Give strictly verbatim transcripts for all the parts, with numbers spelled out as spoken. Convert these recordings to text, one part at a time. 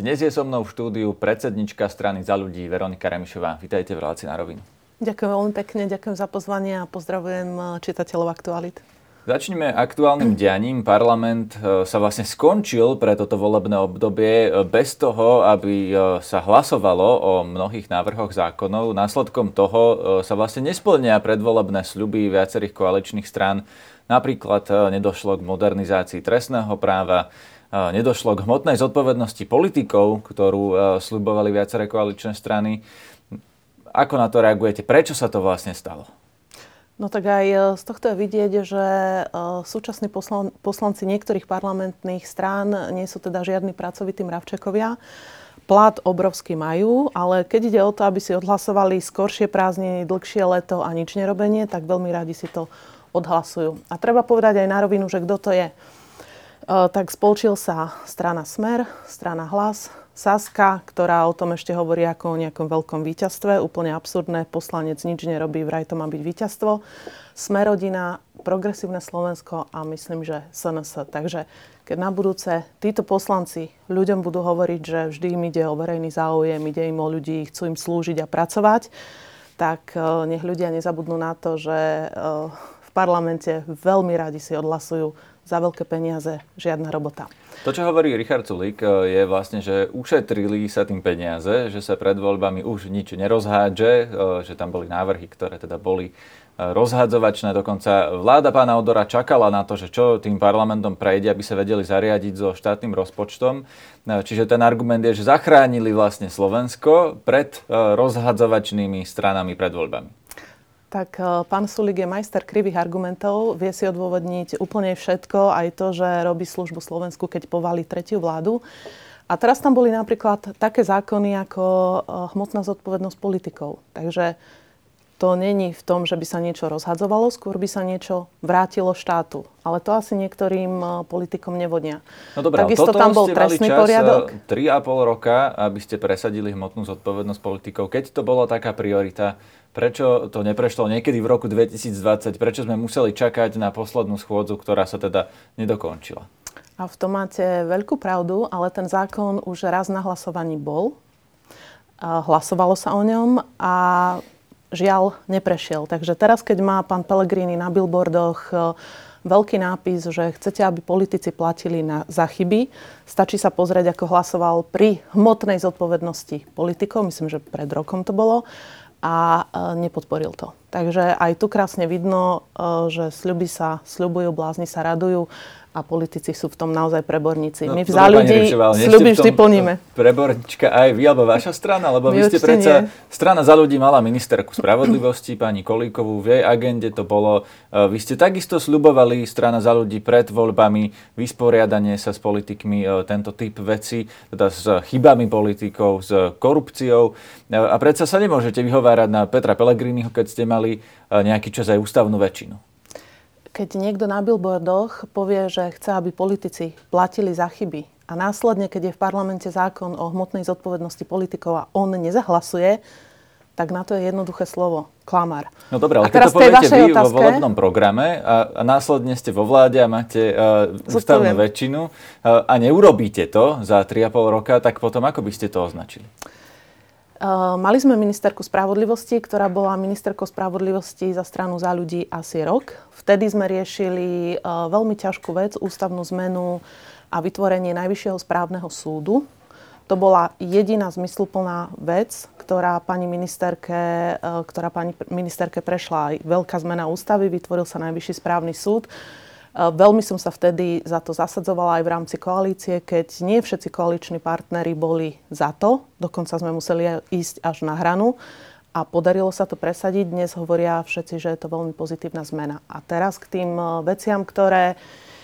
Dnes je so mnou v štúdiu predsednička strany Za ľudí Veronika Remišová. Vítajte v relácii Na rovinu. Ďakujem veľmi pekne, ďakujem za pozvanie a pozdravujem čitateľov Aktualít. Začneme aktuálnym dianím. Parlament sa vlastne skončil pre toto volebné obdobie bez toho, aby sa hlasovalo o mnohých návrhoch zákonov. Následkom toho sa vlastne nesplnia predvolebné sľuby viacerých koaličných strán. Napríklad nedošlo k modernizácii trestného práva, nedošlo k hmotnej zodpovednosti politikov, ktorú sľubovali viaceré koaličné strany. Ako na to reagujete? Prečo sa to vlastne stalo? No tak aj z tohto je vidieť, že súčasní poslan- poslanci niektorých parlamentných strán nie sú teda žiadni pracovití mravčekovia. Plat obrovský majú, ale keď ide o to, aby si odhlasovali skoršie prázdniny, dlhšie leto a nič nerobenie, tak veľmi radi si to odhlasujú. A treba povedať aj na rovinu, že kto to je. Tak spolčil sa strana Smer, strana Hlas, Saska, ktorá o tom ešte hovorí ako o nejakom veľkom víťazstve. Úplne absurdné, poslanec nič nerobí, vraj to má byť víťazstvo. Smerodina, Progresívne Slovensko a myslím, že es en es. Takže keď na budúce títo poslanci ľuďom budú hovoriť, že vždy im ide o verejný záujem, ide im o ľudí, chcú im slúžiť a pracovať, tak nech ľudia nezabudnú na to, že v parlamente veľmi radi si odhlasujú za veľké peniaze žiadna robota. To, čo hovorí Richard Sulík, je vlastne, že ušetrili sa tým peniaze, že sa pred voľbami už nič nerozhádže, že tam boli návrhy, ktoré teda boli rozhádzovačné. Dokonca vláda pána Odora čakala na to, že čo tým parlamentom prejde, aby sa vedeli zariadiť so štátnym rozpočtom. Čiže ten argument je, že zachránili vlastne Slovensko pred rozhádzovačnými stranami pred voľbami. Tak pán Sulík je majster krivých argumentov, vie si odôvodniť úplne všetko, aj to, že robí službu Slovensku, keď povalí tretiu vládu. A teraz tam boli napríklad také zákony ako hmotná zodpovednosť politikov. Takže to není v tom, že by sa niečo rozhadzovalo, skôr by sa niečo vrátilo štátu. Ale to asi niektorým politikom nevonia. No dobré, takisto toto tam bol ste trestný mali čas poriadok. tri a pol roka, aby ste presadili hmotnú zodpovednosť politikov. Keď to bola taká priorita, prečo to neprešlo niekedy v roku dvetisícdvadsať? Prečo sme museli čakať na poslednú schôdzu, ktorá sa teda nedokončila? A v tom máte veľkú pravdu, ale ten zákon už raz na hlasovaní bol. Hlasovalo sa o ňom a žiaľ neprešiel. Takže teraz, keď má pán Pellegrini na billboardoch veľký nápis, že chcete, aby politici platili na, za chyby, stačí sa pozrieť, ako hlasoval pri hmotnej zodpovednosti politikov, myslím, že pred rokom to bolo, a nepodporil to. Takže aj tu krásne vidno, že sľuby sa sľubujú, blázni sa radujú a politici sú v tom naozaj preborníci. No, My v Za ľudí sľuby vždy plníme. Preborníčka aj vy, alebo vaša strana? Lebo vy ste predsa, nie. Strana Za ľudí mala ministerku spravodlivosti, pani Kolíkovú, v jej agende to bolo. Vy ste takisto sľubovali, strana Za ľudí pred voľbami, vysporiadanie sa s politikmi, tento typ veci, teda s chybami politikov, s korupciou. A predsa sa nemôžete vyhovárať na Petra Pellegriniho, keď ste mali nejaký čas aj ústavnú väčšinu. Keď niekto na billboardoch povie, že chce, aby politici platili za chyby a následne, keď je v parlamente zákon o hmotnej zodpovednosti politikov a on nezahlasuje, tak na to je jednoduché slovo. Klamár. No dobré, ale keď to poviete vy otázke, vo volebnom programe a, a následne ste vo vláde a máte uh, ústavnú väčšinu uh, a neurobíte to za tri a pol roka, tak potom ako by ste to označili? Uh, mali sme ministerku spravodlivosti, ktorá bola ministerkou spravodlivosti za stranu Za ľudí asi rok. Vtedy sme riešili uh, veľmi ťažkú vec, ústavnú zmenu a vytvorenie Najvyššieho správneho súdu. To bola jediná zmysluplná vec, ktorá pani ministerke, uh, ktorá pani ministerke prešla. Aj veľká zmena ústavy, vytvoril sa Najvyšší správny súd. Veľmi som sa vtedy za to zasadzovala aj v rámci koalície, keď nie všetci koaliční partneri boli za to. Dokonca sme museli ísť až na hranu a podarilo sa to presadiť. Dnes hovoria všetci, že je to veľmi pozitívna zmena. A teraz k tým veciam, ktoré,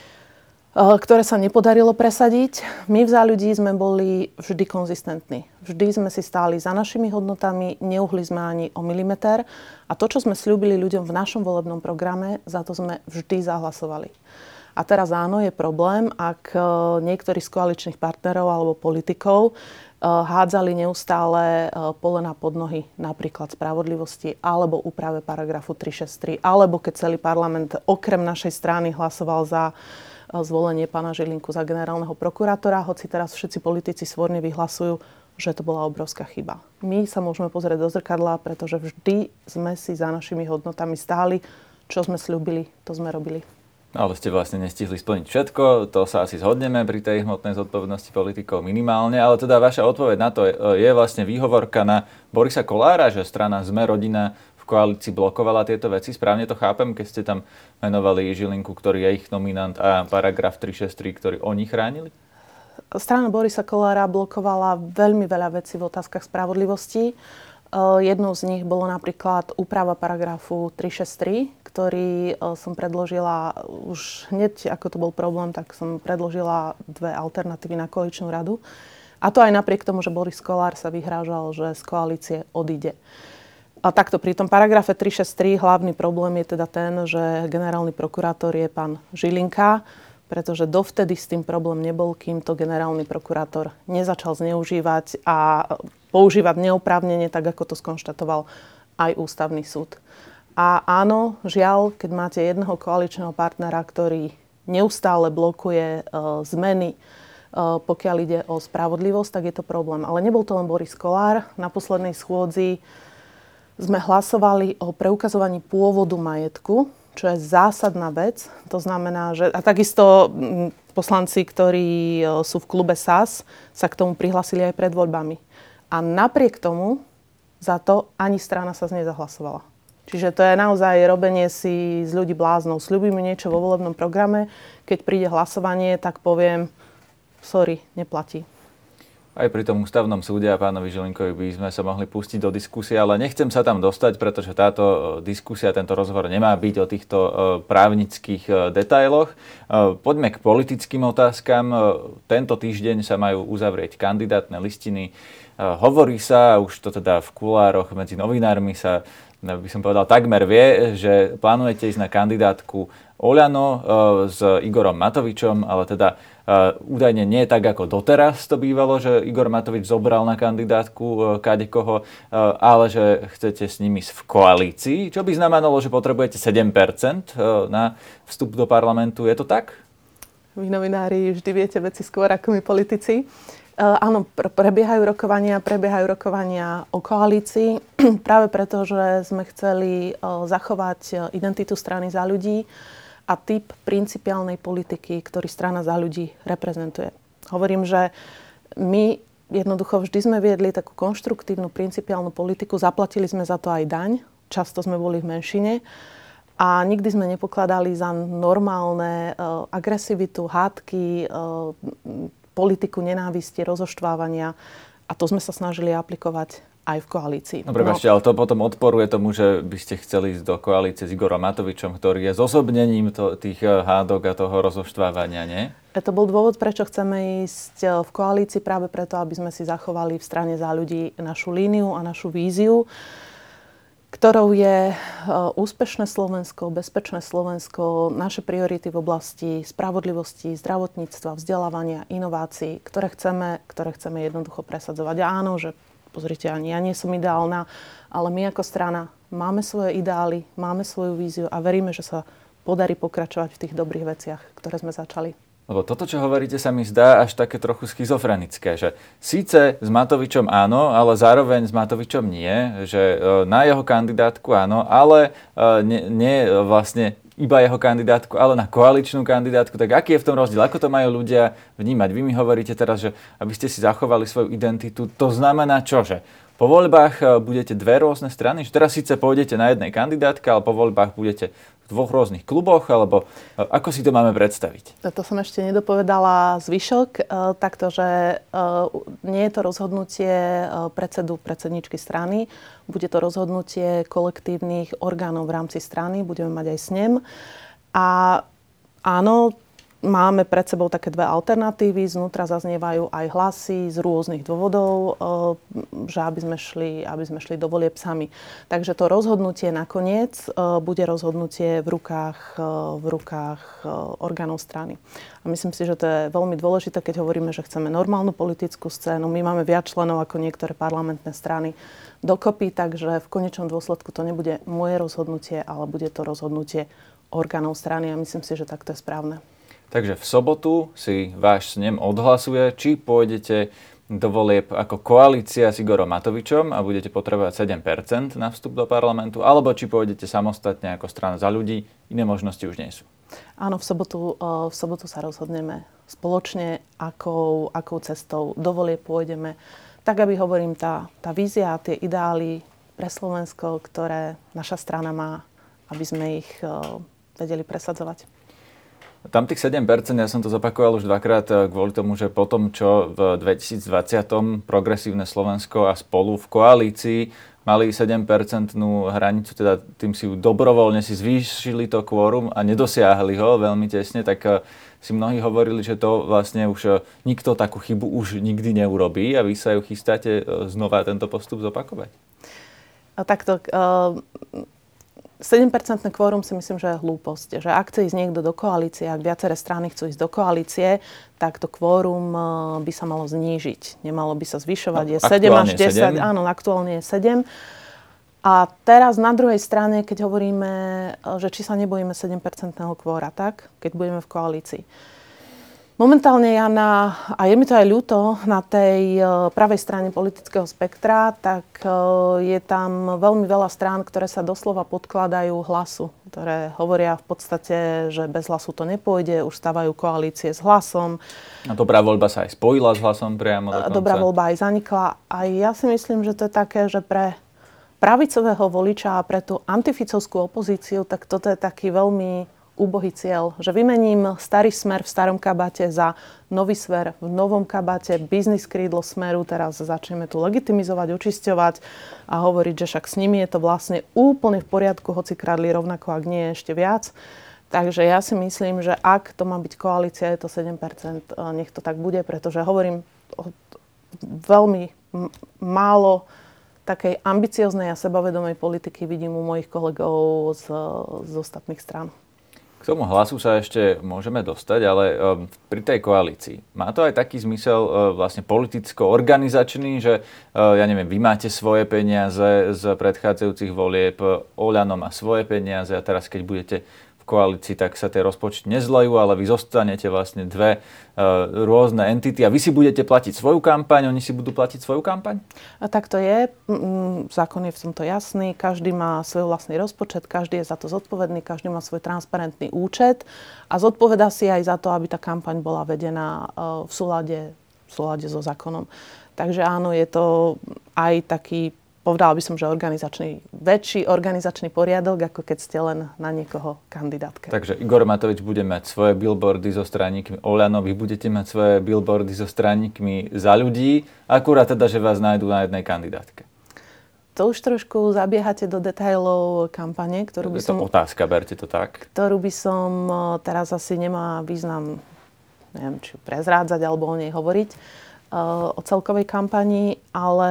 ktoré sa nepodarilo presadiť. My v Za ľudí sme boli vždy konzistentní. Vždy sme si stáli za našimi hodnotami, neuhli sme ani o milimeter. A to, čo sme sľúbili ľuďom v našom volebnom programe, za to sme vždy zahlasovali. A teraz áno, je problém, ak niektorí z koaličných partnerov alebo politikov hádzali neustále polena pod nohy napríklad spravodlivosti alebo úprave paragrafu tri šesť tri, alebo keď celý parlament okrem našej strany hlasoval za zvolenie pána Žilinku za generálneho prokurátora, hoci teraz všetci politici svorne vyhlasujú, že to bola obrovská chyba. My sa môžeme pozrieť do zrkadla, pretože vždy sme si za našimi hodnotami stáli. Čo sme sľúbili, to sme robili. Ale ste vlastne nestihli splniť všetko, to sa asi zhodneme pri tej hmotnej zodpovednosti politikov minimálne, ale teda vaša odpoveď na to je vlastne výhovorka na Borisa Kollára, že strana Sme rodina v koalícii blokovala tieto veci. Správne to chápem, keď ste tam menovali Žilinku, ktorý je ich nominant, a paragraf tri šesť tri, ktorý oni chránili? Strana Borisa Kollára blokovala veľmi veľa vecí v otázkach spravodlivosti. Jednou z nich bolo napríklad úprava paragrafu tri šesť tri, ktorý som predložila už hneď, ako to bol problém, tak som predložila dve alternatívy na koaličnú radu. A to aj napriek tomu, že Boris Kollár sa vyhrážal, že z koalície odíde. A takto pri tom paragrafe tri šesť tri hlavný problém je teda ten, že generálny prokurátor je pán Žilinka, pretože dovtedy s tým problém nebol, kým to generálny prokurátor nezačal zneužívať a používať neoprávnene, tak ako to skonštatoval aj ústavný súd. A áno, žiaľ, keď máte jedného koaličného partnera, ktorý neustále blokuje e, zmeny, e, pokiaľ ide o spravodlivosť, tak je to problém. Ale nebol to len Boris Kollár. Na poslednej schôdzi sme hlasovali o preukazovaní pôvodu majetku, čo je zásadná vec. To znamená, že... A takisto m, poslanci, ktorí e, sú v klube es a es, sa k tomu prihlasili aj pred voľbami. A napriek tomu za to ani strana sa nezahlasovala. Čiže to je naozaj robenie si z ľudí bláznov. Sľubíme niečo vo volebnom programe, keď príde hlasovanie, tak poviem, sorry, neplatí. Aj pri tom ústavnom súde a pánovi Žilinkovi by sme sa mohli pustiť do diskusie, ale nechcem sa tam dostať, pretože táto diskusia, tento rozhovor nemá byť o týchto právnických detailoch. Poďme k politickým otázkam. Tento týždeň sa majú uzavrieť kandidátne listiny. Hovorí sa, už to teda v kulároch medzi novinármi sa, by som povedal, takmer vie, že plánujete ísť na kandidátku Oľano s Igorom Matovičom, ale teda údajne nie tak ako doteraz to bývalo, že Igor Matovič zobral na kandidátku kadekoho, ale že chcete s nimi ísť v koalícii, čo by znamenalo, že potrebujete sedem percent na vstup do parlamentu. Je to tak? Vy novinári vždy viete veci skôr ako my politici. Uh, áno, prebiehajú rokovania, prebiehajú rokovania o koalícii, práve preto, že sme chceli uh, zachovať identitu strany Za ľudí a typ principiálnej politiky, ktorý strana Za ľudí reprezentuje. Hovorím, že my jednoducho vždy sme viedli takú konštruktívnu principiálnu politiku, zaplatili sme za to aj daň, často sme boli v menšine a nikdy sme nepokladali za normálne uh, agresivitu, hádky, uh, politiku nenávisti, rozoštvávania a to sme sa snažili aplikovať aj v koalícii. No prepáčte, ale to potom odporuje tomu, že by ste chceli ísť do koalície s Igorom Matovičom, ktorý je zosobnením to, tých hádok a toho rozoštvávania, nie? To bol dôvod, prečo chceme ísť v koalícii, práve preto, aby sme si zachovali v strane Za ľudí našu líniu a našu víziu, ktorou je úspešné Slovensko, bezpečné Slovensko, naše priority v oblasti spravodlivosti, zdravotníctva, vzdelávania, inovácií, ktoré chceme, ktoré chceme jednoducho presadzovať. A áno, že pozrite, ani ja nie som ideálna, ale my ako strana máme svoje ideály, máme svoju víziu a veríme, že sa podarí pokračovať v tých dobrých veciach, ktoré sme začali. Lebo toto, čo hovoríte, sa mi zdá až také trochu schizofrenické, že síce s Matovičom áno, ale zároveň s Matovičom nie, že na jeho kandidátku áno, ale nie, nie vlastne iba jeho kandidátku, ale na koaličnú kandidátku. Tak aký je v tom rozdiel? Ako to majú ľudia vnímať? Vy mi hovoríte teraz, že aby ste si zachovali svoju identitu, to znamená čo? Že po voľbách budete dve rôzne strany? Že teraz síce pôjdete na jednej kandidátke, ale po voľbách budete v dvoch rôznych kluboch, alebo ako si to máme predstaviť? To som ešte nedopovedala zvyšok, takto, že nie je to rozhodnutie predsedu, predsedničky strany, bude to rozhodnutie kolektívnych orgánov v rámci strany, budeme mať aj snem. A áno, máme pred sebou také dve alternatívy, znútra zaznievajú aj hlasy z rôznych dôvodov, že aby sme šli, aby sme šli do volieb sami. Takže to rozhodnutie nakoniec bude rozhodnutie v rukách, v rukách orgánov strany. A myslím si, že to je veľmi dôležité, keď hovoríme, že chceme normálnu politickú scénu. My máme viac členov ako niektoré parlamentné strany dokopy, takže v konečnom dôsledku to nebude moje rozhodnutie, ale bude to rozhodnutie orgánov strany a myslím si, že takto je správne. Takže v sobotu si váš snem odhlasuje, či pôjdete do volieb ako koalícia s Igorom Matovičom a budete potrebovať sedem percent na vstup do parlamentu, alebo či pôjdete samostatne ako strana Za ľudí, iné možnosti už nie sú. Áno, v sobotu, v sobotu sa rozhodneme spoločne, akou, akou cestou do volieb pôjdeme. Tak, aby, hovorím, tá, tá vízia a tie ideály pre Slovensko, ktoré naša strana má, aby sme ich uh, vedeli presadzovať. Tam tých sedem percent, ja som to zopakoval už dvakrát kvôli tomu, že po tom, čo v dvetisícdvadsať Progresívne Slovensko a Spolu v koalícii mali sedem percentnú hranicu, teda tým si ju dobrovoľne si zvýšili to kvórum a nedosiahli ho veľmi tesne, tak si mnohí hovorili, že to vlastne už nikto takú chybu už nikdy neurobí a vy sa ju chystáte znova tento postup zopakovať? A takto... Uh... sedem percentné kvórum si myslím, že je hlúposť. Že ak chce ísť niekto do koalície, ak viaceré strany chcú ísť do koalície, tak to kvórum by sa malo znížiť. Nemalo by sa zvyšovať. Je sedem až desať. sedem? Áno, aktuálne je sedem. A teraz na druhej strane, keď hovoríme, že či sa nebojíme sedem percentného kvóra, tak? Keď budeme v koalícii. Momentálne ja na, a je mi to aj ľúto, na tej pravej strane politického spektra, tak je tam veľmi veľa strán, ktoré sa doslova podkladajú Hlasu, ktoré hovoria v podstate, že bez Hlasu to nepôjde, už stávajú koalície s Hlasom. A Dobrá voľba sa aj spojila s Hlasom priamo dokonca. Dobrá voľba aj zanikla. A ja si myslím, že to je také, že pre pravicového voliča a pre tú antificovskú opozíciu, tak toto je taký veľmi úbohý cieľ, že vymením starý Smer v starom kabáte za nový Smer v novom kabáte, biznis krídlo Smeru, teraz začneme tu legitimizovať, očisťovať a hovoriť, že však s nimi je to vlastne úplne v poriadku, hoci kradli rovnako, ak nie ešte viac. Takže ja si myslím, že ak to má byť koalícia, je to sedem percent, nech to tak bude, pretože hovorím o veľmi m- málo takej ambicioznej a sebavedomej politiky vidím u mojich kolegov z, z ostatných strán. K tomu Hlasu sa ešte môžeme dostať, ale um, pri tej koalícii má to aj taký zmysel uh, vlastne politicko-organizačný, že uh, ja neviem, vy máte svoje peniaze z predchádzajúcich volieb, Oľano má svoje peniaze a teraz keď budete v koalícii, tak sa tie rozpočty nezlejú, ale vy zostanete vlastne dve uh, rôzne entity a vy si budete platiť svoju kampaň, oni si budú platiť svoju kampaň? A tak to je. Zákon je v tomto jasný. Každý má svoj vlastný rozpočet, každý je za to zodpovedný, každý má svoj transparentný účet a zodpovedá si aj za to, aby tá kampaň bola vedená uh, v súlade, v súlade so zákonom. Takže áno, je to aj taký, povedala by som, že organizačný, väčší organizačný poriadok, ako keď ste len na niekoho kandidátke. Takže Igor Matovič bude mať svoje billboardy so straníkmi Oľano, vy budete mať svoje billboardy so straníkmi Za ľudí, akurát teda, že vás nájdú na jednej kandidátke. To už trošku zabiehate do detailov kampane, ktorú by som... Je to otázka, berte to tak. Ktorú by som teraz asi nemá význam, neviem, či prezrádzať alebo o nej hovoriť, o celkovej kampani, ale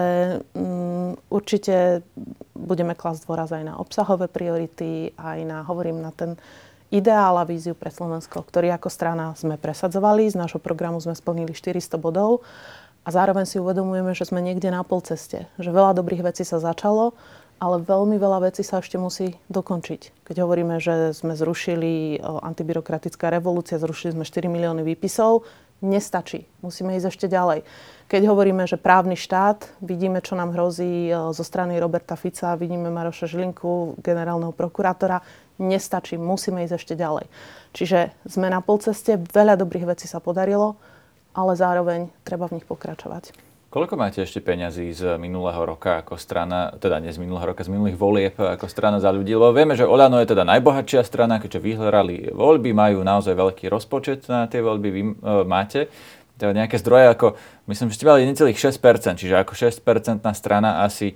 um, určite budeme klásť dôraz aj na obsahové priority, aj na, hovorím, na ten ideál a víziu pre Slovensko, ktorý ako strana sme presadzovali. Z nášho programu sme splnili štyristo bodov a zároveň si uvedomujeme, že sme niekde na polceste. Že veľa dobrých vecí sa začalo, ale veľmi veľa vecí sa ešte musí dokončiť. Keď hovoríme, že sme zrušili antibyrokratická revolúcia, zrušili sme štyri milióny výpisov, nestačí. Musíme ísť ešte ďalej. Keď hovoríme, že právny štát, vidíme, čo nám hrozí zo strany Roberta Fica, vidíme Maroša Žilinku, generálneho prokurátora, nestačí. Musíme ísť ešte ďalej. Čiže sme na polceste, veľa dobrých vecí sa podarilo, ale zároveň treba v nich pokračovať. Koľko máte ešte peňazí z minulého roka ako strana, teda nie z minulého roka, z minulých volieb ako strana Za ľudí? Lebo vieme, že Oľano je teda najbohatšia strana, keďže vyhrali voľby, majú naozaj veľký rozpočet na tie voľby, vy e, máte teda nejaké zdroje, ako myslím, že ste mali necelých šesť percent, čiže ako šesť percentná strana asi e,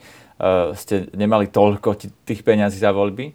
ste nemali toľko t- tých peňazí za voľby?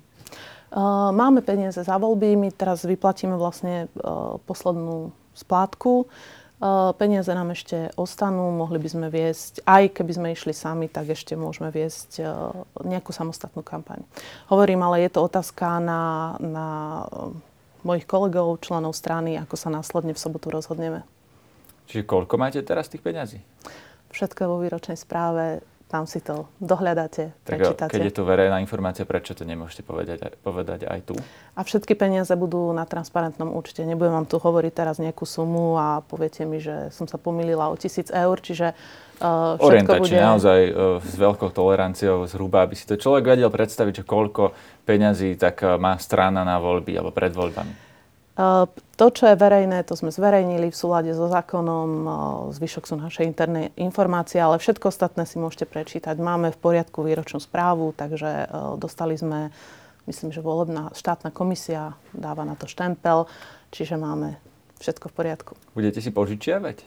Uh, máme peniaze za voľby, my teraz vyplatíme vlastne uh, poslednú splátku. Uh, peniaze nám ešte ostanú, mohli by sme viesť, aj keby sme išli sami, tak ešte môžeme viesť uh, nejakú samostatnú kampaň. Hovorím, ale je to otázka na, na uh, mojich kolegov, členov strany, ako sa následne v sobotu rozhodneme. Čiže koľko máte teraz tých peňazí? Všetko vo výročnej správe. tam si to dohľadáte, tak prečítate. Keď je to verejná informácia, prečo to nemôžete povedať, povedať aj tu? A všetky peniaze budú na transparentnom účte. Nebudem vám tu hovoriť teraz nejakú sumu a poviete mi, že som sa pomýlila o tisíc eur, čiže uh, všetko orientačne, bude... naozaj uh, s veľkou toleranciou zhruba, aby si to človek vedel predstaviť, že koľko peňazí tak uh, má strana na voľby alebo pred voľbami. To, čo je verejné, to sme zverejnili v súlade so zákonom. Zvyšok sú naše interné informácie, ale všetko ostatné si môžete prečítať. Máme v poriadku výročnú správu, takže dostali sme, myslím, že volebná štátna komisia dáva na to štempel, čiže máme všetko v poriadku. Budete si požičiavať?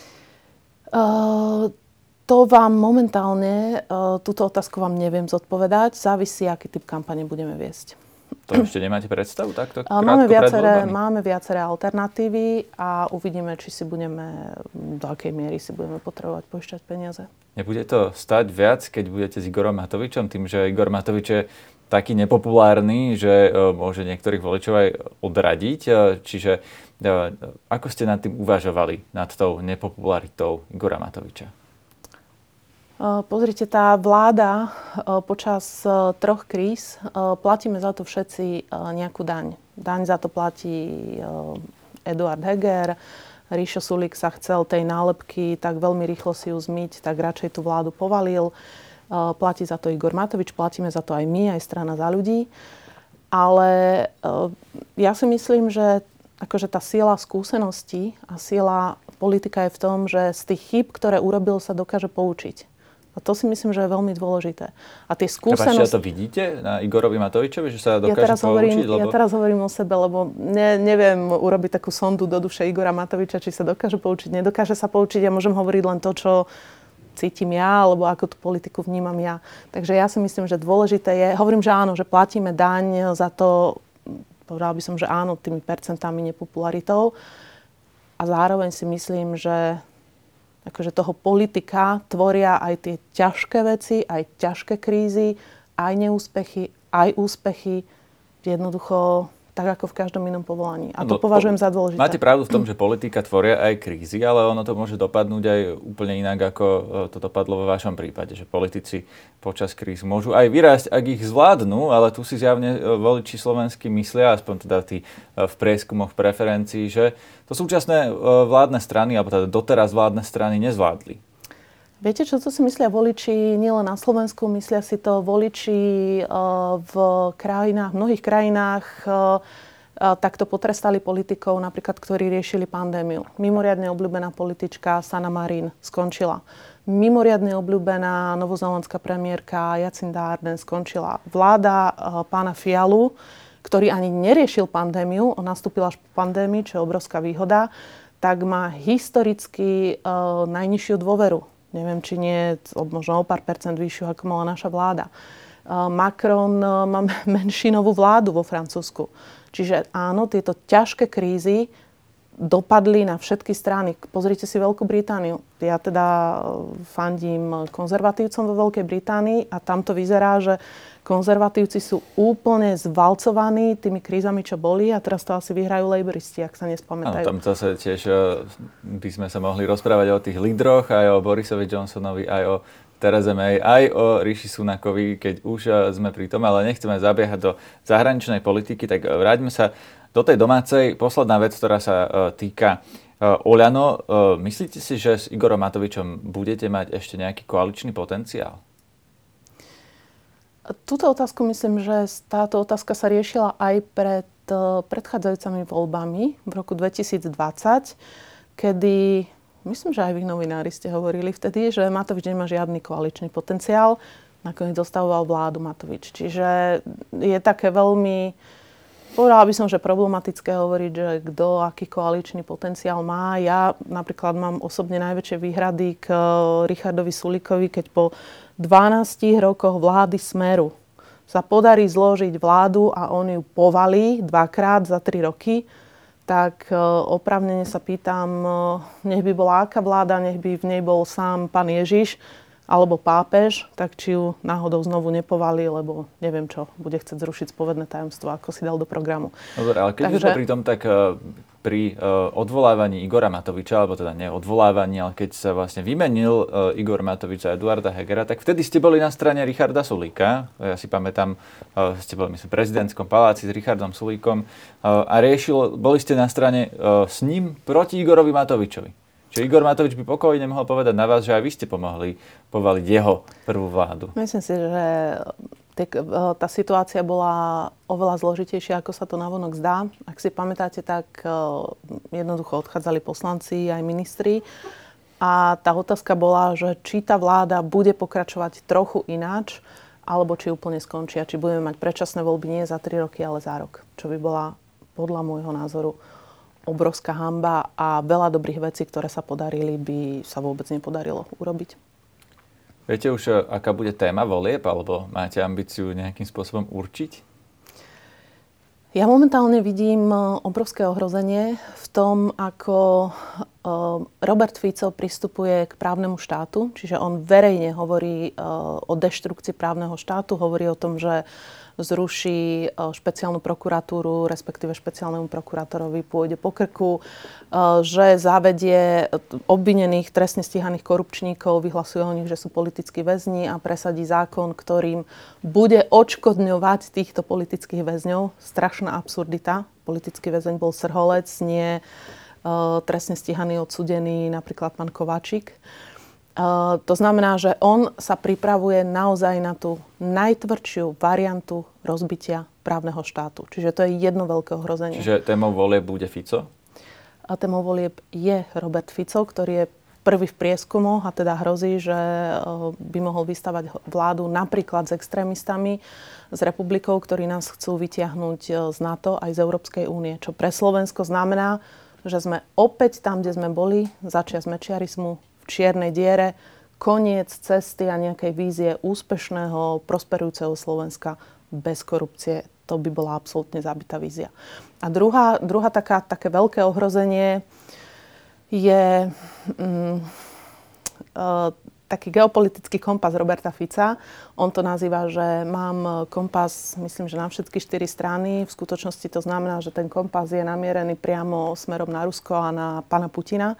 Uh, to vám momentálne, uh, túto otázku vám neviem zodpovedať. Závisí, aký typ kampane budeme viesť. To ešte nemáte predstavu takto krátko máme viaceré, pred voľbami? Máme viaceré alternatívy a uvidíme, či si budeme, do akej miery si budeme potrebovať požičať peniaze. Nebude to stať viac, keď budete s Igorom Matovičom, tým, že Igor Matovič je taký nepopulárny, že uh, môže niektorých voličov aj odradiť. Uh, čiže uh, ako ste nad tým uvažovali, nad tou nepopularitou Igora Matoviča? Pozrite, tá vláda počas troch kríz, platíme za to všetci nejakú daň. Daň za to platí Eduard Heger, Ríšo Sulík sa chcel tej nálepky tak veľmi rýchlo si ju zmyť, tak radšej tú vládu povalil. Platí za to Igor Matovič, platíme za to aj my, aj Strana za ľudí. Ale ja si myslím, že akože tá sila skúsenosti a sila politika je v tom, že z tých chýb, ktoré urobil, sa dokáže poučiť. A to si myslím, že je veľmi dôležité. A tie skúsenosti... Prepačte, to vidíte na Igorovi Matovičovi, že sa dokáže ja teraz poučiť? Hovorím, lebo... Ja teraz hovorím o sebe, lebo ne, neviem urobiť takú sondu do duše Igora Matoviča, či sa dokáže poučiť, nedokáže sa poučiť. Ja môžem hovoriť len to, čo cítim ja, alebo ako tú politiku vnímam ja. Takže ja si myslím, že dôležité je... Hovorím, že áno, že platíme daň za to, povedala by som, že áno, tými percentami nepopularitou. A zároveň si myslím, že akože toho politika tvoria aj tie ťažké veci, aj ťažké krízy, aj neúspechy, aj úspechy. Jednoducho tak ako v každom inom povolaní. A to no, považujem za dôležité. Máte pravdu v tom, že politika tvoria aj krízy, ale ono to môže dopadnúť aj úplne inak, ako to dopadlo vo vašom prípade. Že politici počas kríz môžu aj vyrásť, ak ich zvládnu, ale tu si zjavne voliči slovenskí myslia, aspoň teda tí v prieskumoch preferencií, že to súčasné vládne strany, alebo teda doteraz vládne strany nezvládli. Viete, čo to si myslia voliči nielen na Slovensku, myslia si to voliči v krajinách, v mnohých krajinách takto potrestali politikov, napríklad, ktorí riešili pandémiu. Mimoriadne obľúbená politička Sanna Marin skončila. Mimoriadne obľúbená novozélandská premiérka Jacinda Ardern skončila. Vláda pána Fialu, ktorý ani neriešil pandémiu, on nastúpil až po pandémii, čo je obrovská výhoda, tak má historicky najnižšiu dôveru. Neviem, či nie, možno o pár percent vyššiu, ako mala naša vláda. Macron má menšinovú vládu vo Francúzsku. Čiže áno, tieto ťažké krízy dopadli na všetky strany. Pozrite si Veľkú Britániu. Ja teda fandím konzervatívcom vo Veľkej Británii a tam to vyzerá, že konzervatívci sú úplne zvalcovaní tými krízami, čo boli a teraz to asi vyhrajú laboristi, ak sa nespamätajú. Áno, tam zase tiež by sme sa mohli rozprávať o tých lídroch, aj o Borisovi Johnsonovi, aj o Therese May, aj o Rishi Sunakovi, keď už sme pri tom, ale nechceme zabiehať do zahraničnej politiky, tak vráťme sa do tej domácej. Posledná vec, ktorá sa týka Oľano. Myslíte si, že s Igorom Matovičom budete mať ešte nejaký koaličný potenciál? Túto otázku myslím, že táto otázka sa riešila aj pred predchádzajúcimi voľbami v roku dvetisícdvadsať, kedy, myslím, že aj vy novinári ste hovorili vtedy, že Matovič nemá žiadny koaličný potenciál. Nakoniec zostavoval vládu Matovič. Čiže je také veľmi, povedala by som, že problematické hovoriť, že kto aký koaličný potenciál má. Ja napríklad mám osobne najväčšie výhrady k Richardovi Sulíkovi, keď po dvanástich rokoch vlády Smeru sa podarí zložiť vládu a on ju povalí dvakrát za tri roky, tak oprávnene sa pýtam, nech by bola aká vláda, nech by v nej bol sám pán Ježiš alebo pápež, tak či ju náhodou znovu nepovalí, lebo neviem čo, bude chcieť zrušiť spovedné tajomstvo, ako si dal do programu. Dobre, ale keď Takže... už pri tom, tak pri uh, odvolávaní Igora Matoviča, alebo teda nie odvolávaní, ale keď sa vlastne vymenil uh, Igor Matovič a Eduarda Hegera, tak vtedy ste boli na strane Richarda Sulíka. Ja si pamätám, uh, ste boli, myslím, v prezidentskom paláci s Richardom Sulíkom uh, a riešil, boli ste na strane uh, s ním proti Igorovi Matovičovi. Čiže Igor Matovič by pokojne mohol povedať na vás, že aj vy ste pomohli povaliť jeho prvú vládu. Myslím si, že tá situácia bola oveľa zložitejšia, ako sa to navonok zdá. Ak si pamätáte, tak jednoducho odchádzali poslanci aj ministri. A tá otázka bola, že či tá vláda bude pokračovať trochu ináč, alebo či úplne skončia. Či budeme mať predčasné voľby nie za tri roky, ale za rok. Čo by bola podľa môjho názoru obrovská hanba a veľa dobrých vecí, ktoré sa podarili, by sa vôbec nepodarilo urobiť. Viete už, aká bude téma volieb, alebo máte ambíciu nejakým spôsobom určiť? Ja momentálne vidím obrovské ohrozenie v tom, ako Robert Fico pristupuje k právnemu štátu. Čiže on verejne hovorí o deštrukcii právneho štátu, hovorí o tom, že zruší špeciálnu prokuratúru, respektíve špeciálnemu prokurátorovi pôjde po krku, že zavedie obvinených, trestne stíhaných korupčníkov, vyhlasuje o nich, že sú politickí väzni a presadí zákon, ktorým bude odškodňovať týchto politických väzňov. Strašná absurdita. Politický väzeň bol Srholec, nie trestne stíhaný, odsudený napríklad pán Kováčik. Uh, to znamená, že on sa pripravuje naozaj na tú najtvrdšiu variantu rozbitia právneho štátu. Čiže to je jedno veľké ohrozenie. Čiže témou volieb bude Fico? A témou volieb je Robert Fico, ktorý je prvý v prieskumoch a teda hrozí, že uh, by mohol vystavať vládu napríklad s extrémistami z republikou, ktorí nás chcú vytiahnuť z NATO aj z Európskej únie. Čo pre Slovensko znamená, že sme opäť tam, kde sme boli, začias mečiarizmu, v čiernej diere, koniec cesty a nejakej vízie úspešného, prosperujúceho Slovenska bez korupcie. To by bola absolútne zabitá vízia. A druhá, druhá taká, také veľké ohrozenie je mm, uh, taký geopolitický kompas Roberta Fica. On to nazýva, že mám kompas, myslím, že na všetky štyri strany. V skutočnosti to znamená, že ten kompas je namierený priamo smerom na Rusko a na pána Putina.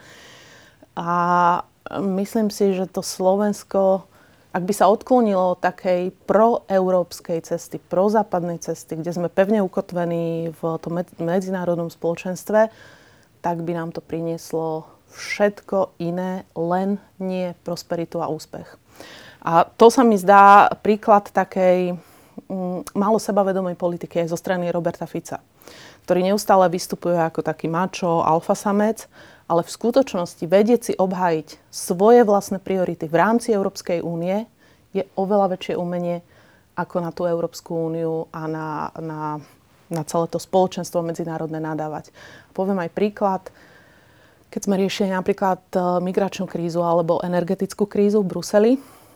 A myslím si, že to Slovensko, ak by sa odklonilo od takej proeurópskej cesty, prozápadnej cesty, kde sme pevne ukotvení v tom medzinárodnom spoločenstve, tak by nám to prinieslo všetko iné, len nie prosperitu a úspech. A to sa mi zdá príklad takej mm, málo sebavedomej politiky aj zo strany Roberta Fica, ktorý neustále vystupuje ako taký mačo, alfasamec, ale v skutočnosti vedieť si obhájiť svoje vlastné priority v rámci Európskej únie je oveľa väčšie umenie ako na tú Európsku úniu a na, na, na celé to spoločenstvo medzinárodné nadávať. Poviem aj príklad, keď sme riešili napríklad migračnú krízu alebo energetickú krízu v Bruseli,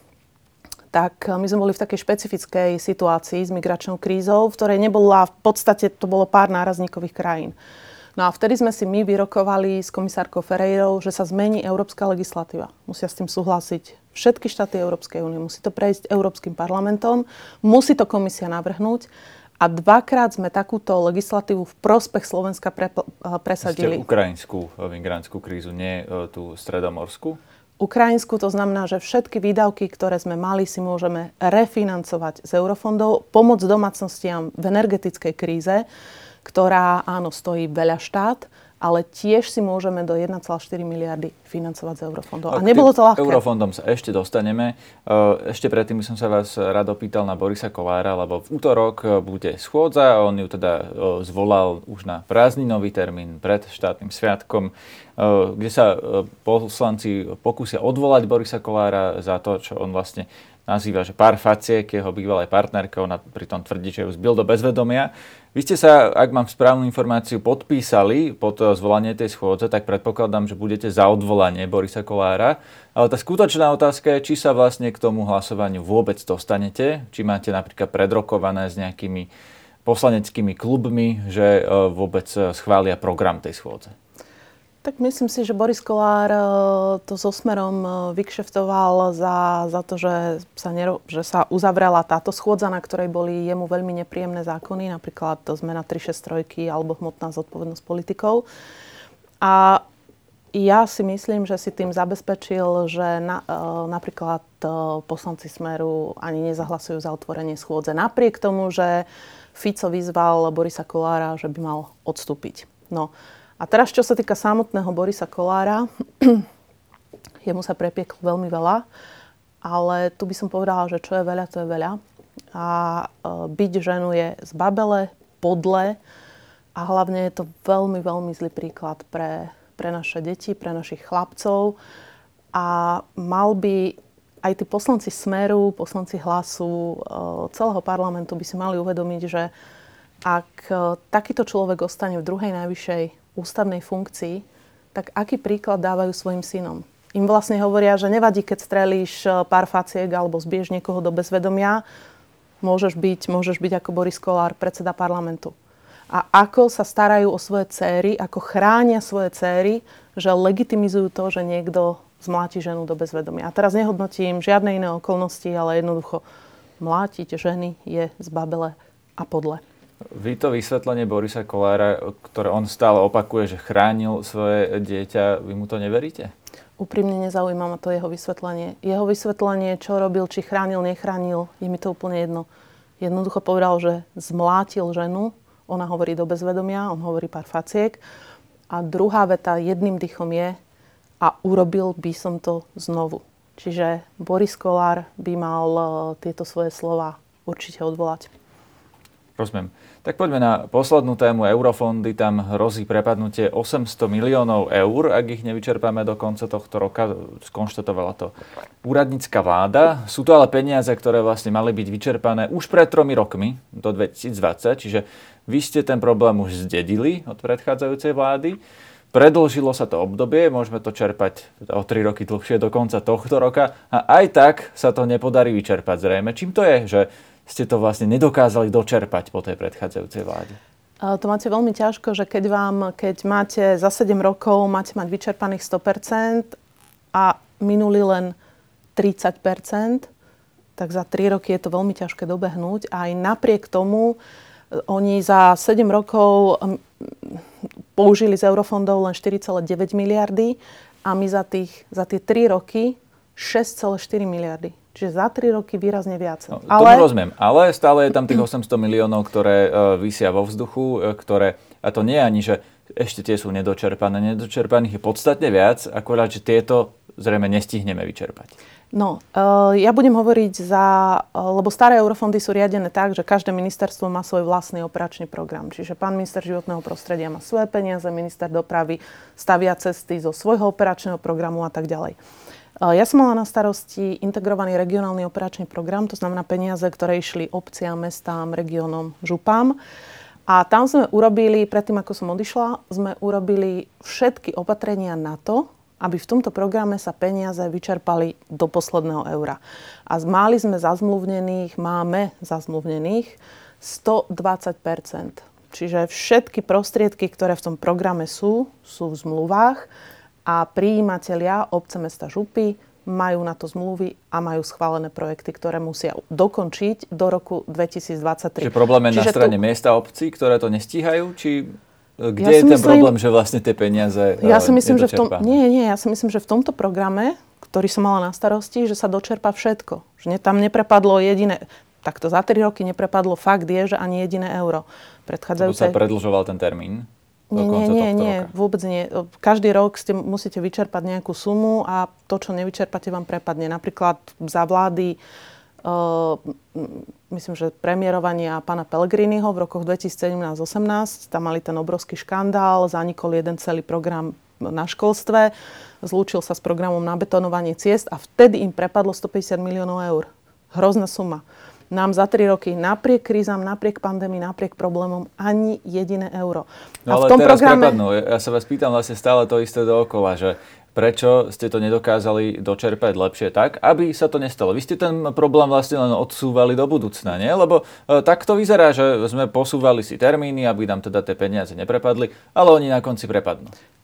tak my sme boli v takej špecifickej situácii s migračnou krízou, v ktorej nebola, v podstate to bolo pár nárazníkových krajín. No a vtedy sme si my vyrokovali s komisárkou Ferreirou, že sa zmení európska legislatíva. Musia s tým súhlasiť všetky štáty Európskej únie. Musí to prejsť Európskym parlamentom, musí to komisia navrhnúť a dvakrát sme takúto legislatívu v prospech Slovenska pre, presadili. Ste ukrajinskú migrantskú krízu, nie tú stredomorskú? Ukrajinsku, to znamená, že všetky výdavky, ktoré sme mali, si môžeme refinancovať z eurofondov, pomôcť domácnostiam v energetickej kríze, ktorá, áno, stojí veľa štát, ale tiež si môžeme do jeden celá štyri miliardy financovať z eurofondov. A nebolo to ľahké. Eurofondom sa ešte dostaneme. Ešte predtým by som sa vás rád opýtal na Borisa Kollára, lebo v útorok bude schôdza. On ju teda zvolal už na prázdninový termín pred štátnym sviatkom, kde sa poslanci pokúsia odvolať Borisa Kollára za to, čo on vlastne nazýva, že pár faciek jeho bývalej partnerke, ona pritom tvrdí, že ju zbil do bezvedomia. Vy ste sa, ak mám správnu informáciu, podpísali pod zvolanie tej schôdze, tak predpokladám, že budete za odvolanie Borisa Kollára. Ale tá skutočná otázka je, či sa vlastne k tomu hlasovaniu vôbec dostanete, či máte napríklad predrokované s nejakými poslaneckými klubmi, že vôbec schvália program tej schôdze. Tak myslím si, že Boris Kollár to so Smerom vykšeftoval za, za to, že sa, nero, že sa uzavrela táto schôdza, na ktorej boli jemu veľmi nepríjemné zákony, napríklad zmena tri šesť tri alebo hmotná zodpovednosť politikov. A ja si myslím, že si tým zabezpečil, že na, napríklad poslanci Smeru ani nezahlasujú za otvorenie schôdze. Napriek tomu, že Fico vyzval Borisa Kollára, že by mal odstúpiť. No. A teraz, čo sa týka samotného Borisa Kollára, jemu sa prepieklo veľmi veľa, ale tu by som povedala, že čo je veľa, to je veľa. A e, byť ženu je zbabele, podle a hlavne je to veľmi, veľmi zlý príklad pre, pre naše deti, pre našich chlapcov. A mal by aj tí poslanci Smeru, poslanci Hlasu, e, celého parlamentu by si mali uvedomiť, že ak e, takýto človek ostane v druhej najvyššej ústavnej funkcii, tak aký príklad dávajú svojim synom? Im vlastne hovoria, že nevadí, keď strelíš pár faciek alebo zbiješ niekoho do bezvedomia, môžeš byť, môžeš byť ako Boris Kollár, predseda parlamentu. A ako sa starajú o svoje céry, ako chránia svoje céry, že legitimizujú to, že niekto zmláti ženu do bezvedomia. A teraz nehodnotím žiadne iné okolnosti, ale jednoducho mlátiť ženy je zbabele a podle. Vy to vysvetlenie Borisa Kollára, ktoré on stále opakuje, že chránil svoje dieťa, vy mu to neveríte? Úprimne nezaujíma ma to jeho vysvetlenie. Jeho vysvetlenie, čo robil, či chránil, nechránil, je mi to úplne jedno. Jednoducho povedal, že zmlátil ženu, ona hovorí do bezvedomia, on hovorí pár faciek. A druhá veta jedným dýchom je a urobil by som to znovu. Čiže Boris Kollár by mal tieto svoje slova určite odvolať. Rozumiem. Tak poďme na poslednú tému eurofondy. Tam hrozí prepadnutie osemsto miliónov eur, ak ich nevyčerpáme do konca tohto roka. Skonštatovala to úradnícka vláda. Sú to ale peniaze, ktoré vlastne mali byť vyčerpané už pred tromi rokmi, do dvetisícdvadsať. Čiže vy ste ten problém už zdedili od predchádzajúcej vlády. Predĺžilo sa to obdobie, môžeme to čerpať o tri roky dlhšie do konca tohto roka. A aj tak sa to nepodarí vyčerpať zrejme. Čím to je, že ste to vlastne nedokázali dočerpať po tej predchádzajúcej vláde? To máte veľmi ťažko, že keď vám, keď máte za sedem rokov, máte mať vyčerpaných sto percent a minuli len tridsať percent, tak za tri roky je to veľmi ťažké dobehnúť. A aj napriek tomu oni za sedem rokov použili z eurofondov len štyri celé deväť miliardy a my za, tých, za tie tri roky šesť celé štyri miliardy. Čiže za tri roky výrazne viac. No, ale... Tomu rozumiem, ale stále je tam tých osemsto miliónov, ktoré uh, visia vo vzduchu, uh, ktoré, a to nie je ani, že ešte tie sú nedočerpané. Nedočerpaných je podstatne viac, akorát, že tieto zrejme nestihneme vyčerpať. No, uh, ja budem hovoriť za, uh, lebo staré eurofondy sú riadené tak, že každé ministerstvo má svoj vlastný operačný program. Čiže pán minister životného prostredia má svoje peniaze, minister dopravy stavia cesty zo svojho operačného programu a tak ďalej. Ja som mala na starosti integrovaný regionálny operačný program, to znamená peniaze, ktoré išli obciam, mestám, regiónom, župám. A tam sme urobili, predtým ako som odišla, sme urobili všetky opatrenia na to, aby v tomto programe sa peniaze vyčerpali do posledného eura. A mali sme zazmluvnených, máme zazmluvnených stodvadsať percent. Čiže všetky prostriedky, ktoré v tom programe sú, sú v zmluvách. A prijímatelia, obce, mesta, župy majú na to zmluvy a majú schválené projekty, ktoré musia dokončiť do roku dvetisícdvadsaťtri. Čiže problém je Čiže na strane tu... miesta a obcí, ktoré to nestíhajú? Či kde ja je ten myslím, problém, že vlastne tie peniaze ja si myslím, že v tom, nie, nie, ja si myslím, že v tomto programe, ktorý som mala na starosti, že sa dočerpá všetko. Že tam neprepadlo jediné... Takto za tri roky neprepadlo, fakt je, že ani jediné euro. Predchádzajúce... sa predĺžoval ten termín? Nie, nie, nie, nie, vôbec nie. Každý rok ste musíte vyčerpať nejakú sumu a to, čo nevyčerpáte, vám prepadne. Napríklad za vlády, uh, myslím, že premiérovania pána Pellegriniho v rokoch dvetisícsedemnásť osemnásť, tam mali ten obrovský škandál, zanikol jeden celý program na školstve, zlúčil sa s programom na betonovanie ciest a vtedy im prepadlo stopäťdesiat miliónov eur. Hrozná suma. Nám za tri roky, napriek krízam, napriek pandémii, napriek problémom, ani jediné euro. No ale v tom teraz programe... prepadnú. Ja sa vás pýtam vlastne stále to isté dookola, že prečo ste to nedokázali dočerpať lepšie tak, aby sa to nestalo. Vy ste ten problém vlastne len odsúvali do budúcna, nie? Lebo e, tak to vyzerá, že sme posúvali si termíny, aby nám teda tie peniaze neprepadli, ale oni na konci prepadnú.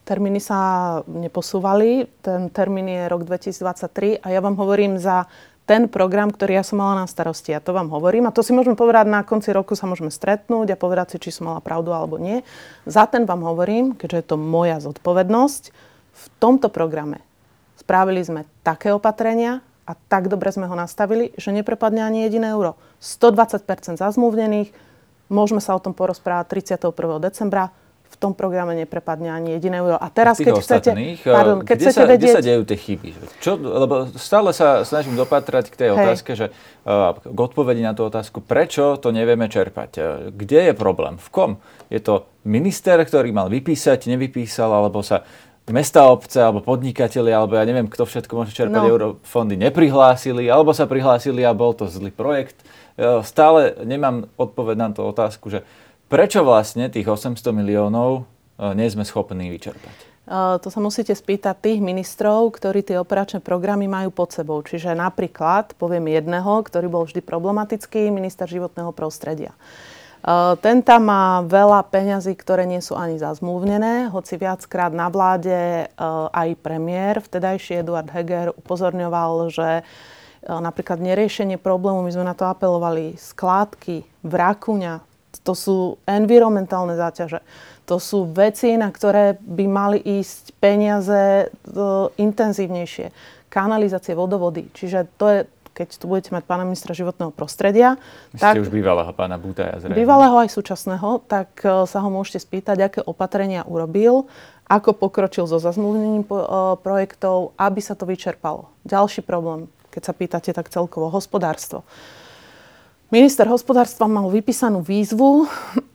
Termíny sa neposúvali. Ten termín je rok dvetisícdvadsaťtri a ja vám hovorím za ten program, ktorý ja som mala na starosti. Ja to vám hovorím a to si môžeme povedať, na konci roku sa môžeme stretnúť a povedať si, či som mala pravdu alebo nie. Za ten vám hovorím, keďže je to moja zodpovednosť, v tomto programe spravili sme také opatrenia a tak dobre sme ho nastavili, že neprepadne ani jediné euro. stodvadsať percent zazmluvnených, môžeme sa o tom porozprávať tridsiateho prvého decembra, v tom programe neprepadne ani jediné euro. A teraz, keď chcete, pardon, keď kde chcete sa, vedieť... Kde sa dejú tie chyby? Čo, lebo stále sa snažím dopatrať k tej Hej. otázke, že uh, k odpovedi na tú otázku, prečo to nevieme čerpať. Kde je problém? V kom? Je to minister, ktorý mal vypísať, nevypísal, alebo sa mesta, obce, alebo podnikatelia, alebo ja neviem, kto všetko môže čerpať no. eurofondy, neprihlásili, alebo sa prihlásili a bol to zlý projekt. Stále nemám odpoveď na tú otázku, že prečo vlastne tých osemsto miliónov nie sme schopní vyčerpať? Uh, to sa musíte spýtať tých ministrov, ktorí tie operačné programy majú pod sebou. Čiže napríklad, poviem jedného, ktorý bol vždy problematický, minister životného prostredia. Uh, ten tam má veľa peňazí, ktoré nie sú ani zazmluvnené, hoci viackrát na vláde uh, aj premiér, vtedajší Eduard Heger, upozorňoval, že uh, napríklad neriešenie problému, my sme na to apelovali, skládky, Vrakuňa, to sú environmentálne záťaže. To sú veci, na ktoré by mali ísť peniaze uh, intenzívnejšie. Kanalizácie, vodovody. Čiže to je, keď tu budete mať pána ministra životného prostredia. Vy tak, ste už bývalého pána Búdaja zrejme. Bývalého aj súčasného, tak uh, sa ho môžete spýtať, aké opatrenia urobil, ako pokročil so zazmluvnením uh, projektov, aby sa to vyčerpalo. Ďalší problém, keď sa pýtate tak celkovo, hospodárstvo. Minister hospodárstva mal vypísanú výzvu,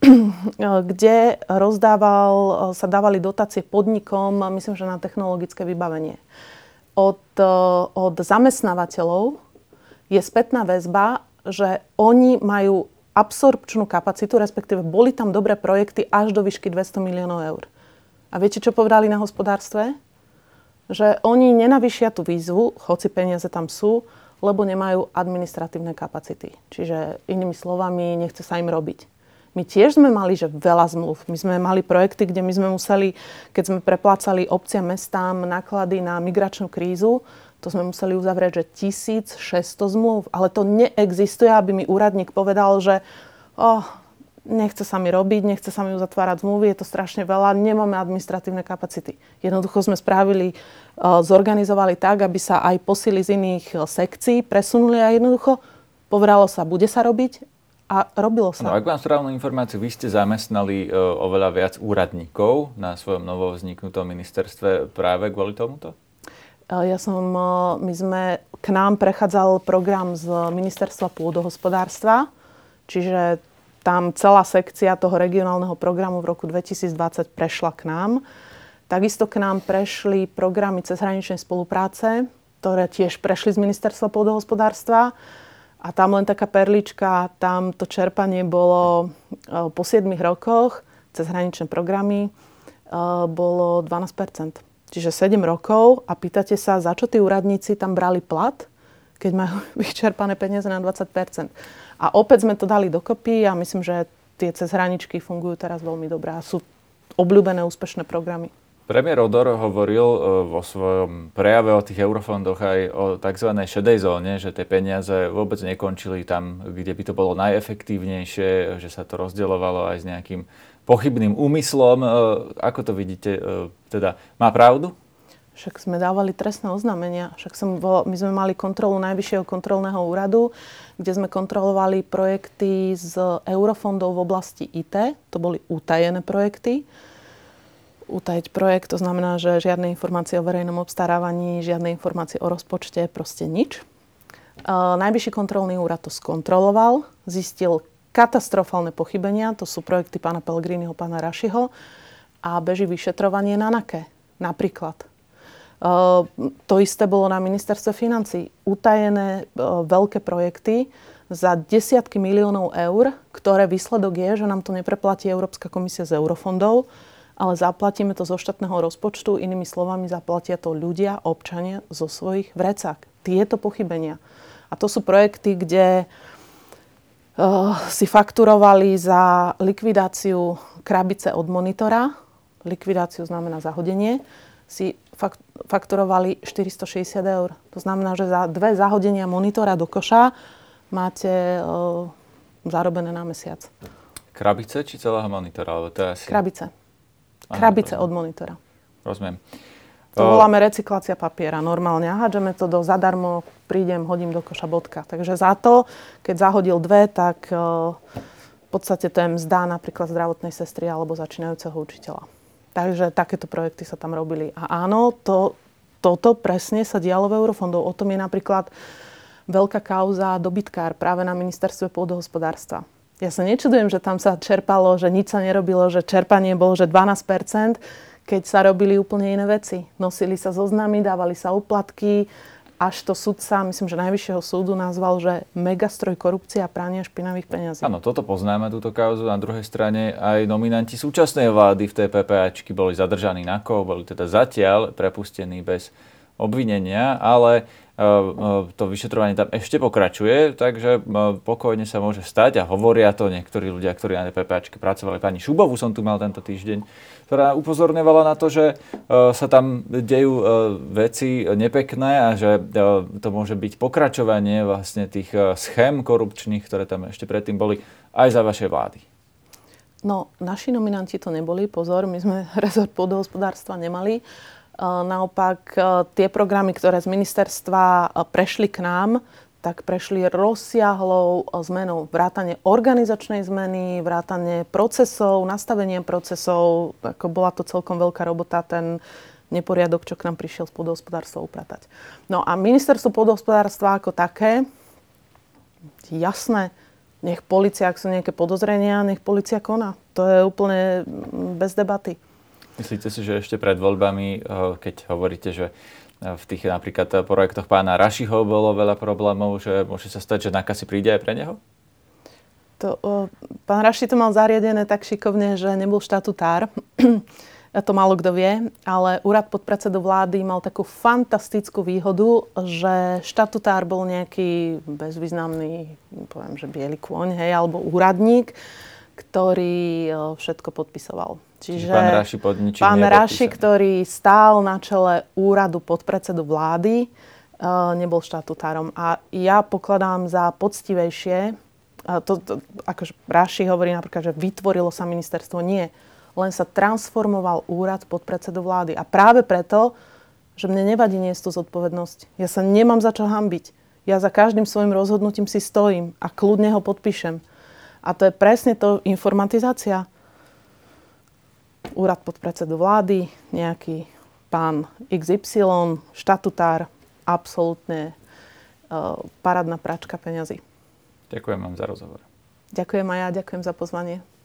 kde rozdával, sa dávali dotácie podnikom, myslím, že na technologické vybavenie. Od, od zamestnávateľov je spätná väzba, že oni majú absorpčnú kapacitu, respektíve boli tam dobré projekty až do výšky dvesto miliónov eur. A viete, čo povedali na hospodárstve? Že oni nenavýšia tú výzvu, hoci peniaze tam sú, lebo nemajú administratívne kapacity. Čiže inými slovami, nechce sa im robiť. My tiež sme mali, že veľa zmluv. My sme mali projekty, kde my sme museli, keď sme preplácali obciam, mestám náklady na migračnú krízu, to sme museli uzavrieť, že tisícšesťsto zmluv. Ale to neexistuje, aby mi úradník povedal, že oh, nechce sa mi robiť, nechce sa mi uzatvárať zmluvy, je to strašne veľa, nemáme administratívne kapacity. Jednoducho sme spravili, zorganizovali tak, aby sa aj posily z iných sekcií presunuli a jednoducho povedalo sa, bude sa robiť a robilo sa. No, ak mám správnu informáciu, vy ste zamestnali oveľa viac úradníkov na svojom novovzniknutom ministerstve práve kvôli tomuto? Ja som, my sme, k nám prechádzal program z ministerstva pôdohospodárstva, čiže tam celá sekcia toho regionálneho programu v roku dvetisícdvadsať prešla k nám. Takisto k nám prešli programy cezhraničnej spolupráce, ktoré tiež prešli z ministerstva pôdohospodárstva. A tam len taká perlička, tam to čerpanie bolo po siedmich rokoch, cezhraničné programy, bolo dvanásť percent. Čiže sedem rokov a pýtate sa, za čo tí úradníci tam brali plat, keď majú vyčerpané peniaze na dvadsať percent. A opäť sme to dali dokopy a myslím, že tie cezhraničky fungujú teraz veľmi dobre a sú obľúbené úspešné programy. Premiér Odor hovoril vo svojom prejave o tých eurofondoch aj o tzv. Šedej zóne, že tie peniaze vôbec nekončili tam, kde by to bolo najefektívnejšie, že sa to rozdeľovalo aj s nejakým pochybným úmyslom. Ako to vidíte? Teda má pravdu? Však sme dávali trestné oznámenia. Však som bol, my sme mali kontrolu Najvyššieho kontrolného úradu, kde sme kontrolovali projekty z eurofondov v oblasti í té. To boli utajené projekty. Utajiť projekt, to znamená, že žiadne informácie o verejnom obstarávaní, žiadne informácie o rozpočte, proste nič. Najvyšší kontrolný úrad to skontroloval, zistil katastrofálne pochybenia, to sú projekty pána Pellegriniho, pána Rašiho a beží vyšetrovanie na NAKE, napríklad. Uh, to isté bolo na ministerstve financií. Utajené uh, veľké projekty za desiatky miliónov eur, ktoré výsledok je, že nám to nepreplatí Európska komisia z eurofondov, ale zaplatíme to zo štátneho rozpočtu, inými slovami zaplatia to ľudia, občania zo svojich vrecák. Tieto pochybenia. A to sú projekty, kde uh, si fakturovali za likvidáciu krabice od monitora likvidáciu znamená zahodenie, si fakt, fakturovali štyristošesťdesiat eur. To znamená, že za dve zahodenia monitora do koša máte uh, zarobené na mesiac. Krabice či celého monitora? Alebo to je asi... Krabice. Aha, Krabice rozumiem. od monitora. Rozumiem. To voláme recyklácia papiera. Normálne hádžeme to do zadarmo, prídem, hodím do koša, bodka. Takže za to, keď zahodil dve, tak uh, v podstate to je mzda napríklad zdravotnej sestry alebo začínajúceho učiteľa. Takže takéto projekty sa tam robili. A áno, to, toto presne sa dialo v eurofondov. O tom je napríklad veľká kauza dobytkár práve na ministerstve pôdohospodárstva. Ja sa nečudujem, že tam sa čerpalo, že nič sa nerobilo, že čerpanie bolo, že dvanásť percent, keď sa robili úplne iné veci. Nosili sa zoznamy, dávali sa úplatky, až to sudca, myslím, že Najvyššieho súdu nazval, že megastroj korupcie a prania špinavých peňazí. Áno, toto poznáme, túto kauzu. Na druhej strane aj nominanti súčasnej vlády v tej PPAčky boli zadržaní na kov, boli teda zatiaľ prepustení bez obvinenia, ale to vyšetrovanie tam ešte pokračuje, takže pokojne sa môže stať a hovoria to niektorí ľudia, ktorí na PPAčke pracovali. Pani Šubovú som tu mal tento týždeň, ktorá upozorňovala na to, že sa tam dejú veci nepekné a že to môže byť pokračovanie vlastne tých schém korupčných, ktoré tam ešte predtým boli aj za vašej vlády. No, naši nominanti to neboli, pozor, my sme rezort pôdohospodárstva nemali. Naopak, tie programy, ktoré z ministerstva prešli k nám, tak prešli rozsiahlou zmenou. Vrátane organizačnej zmeny, vrátane procesov, nastavenia procesov. Ako bola to celkom veľká robota, ten neporiadok, čo k nám prišiel z pôdohospodárstva upratať. No a ministerstvo pôdohospodárstva ako také, jasné, nech polícia, ak sú nejaké podozrenia, nech polícia koná. To je úplne bez debaty. Myslíte si, že ešte pred voľbami, keď hovoríte, že v tých napríklad projektoch pána Rašiho bolo veľa problémov, že môže sa stať, že NAKA si príde aj pre neho? To, o, pán Raši to mal zariadené tak šikovne, že nebol štatutár. To málo kto vie, ale úrad podpredsedu vlády mal takú fantastickú výhodu, že štatutár bol nejaký bezvýznamný, poviem, že biely kôň, hej, alebo úradník, ktorý všetko podpisoval. Čiže pán Raši pod ničím pán nepodpísaný. Raši, ktorý stál na čele úradu podpredsedu vlády, nebol štatutárom. A ja pokladám za poctivejšie, to, to, akože Raši hovorí napríklad, že vytvorilo sa ministerstvo. Nie. Len sa transformoval úrad podpredsedu vlády. A práve preto, že mne nevadí niesť tú zodpovednosť. Ja sa nemám za čo hanbiť. Ja za každým svojim rozhodnutím si stojím a kľudne ho podpíšem. A to je presne to informatizácia. Úrad podpredsedu vlády, nejaký pán iks ypsilon, štatutár, absolútne uh, parádna pračka peňazí. Ďakujem vám za rozhovor. Ďakujem aj ja, ďakujem za pozvanie.